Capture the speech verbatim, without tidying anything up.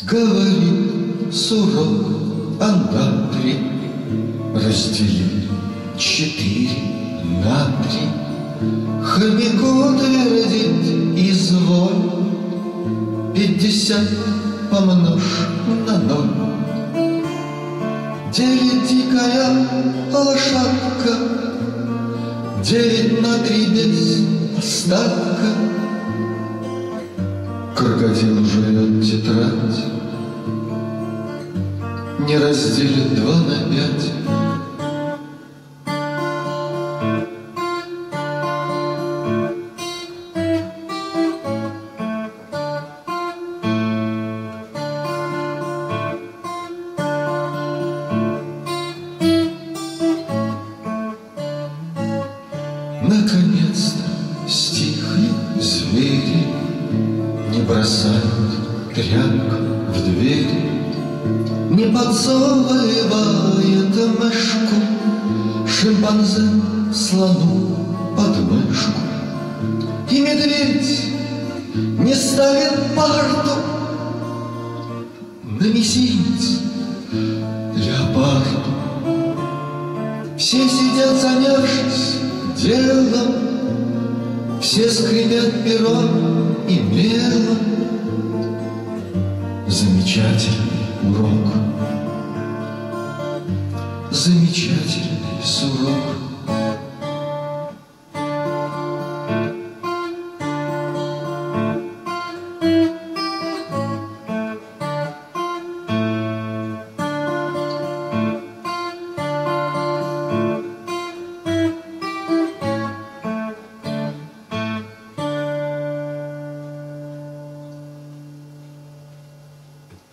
Говорит сурок Андатри, раздели четыре на три. Хомяку твердит изволь, пятьдесят помножь на ноль. Девять дикая лошадка, девять на три без остатка. Крокодил жует тетрадь, не разделит два на пять. Наконец-то стихли звери, не бросают тряпку в двери, не подсовывает мышку шимпанзе слону под мышку. И медведь не ставит парту на мизинец леопарду. Все сидят, занявшись делом, все скрипят пером и мелом. Замечательный урок, замечательный сурок.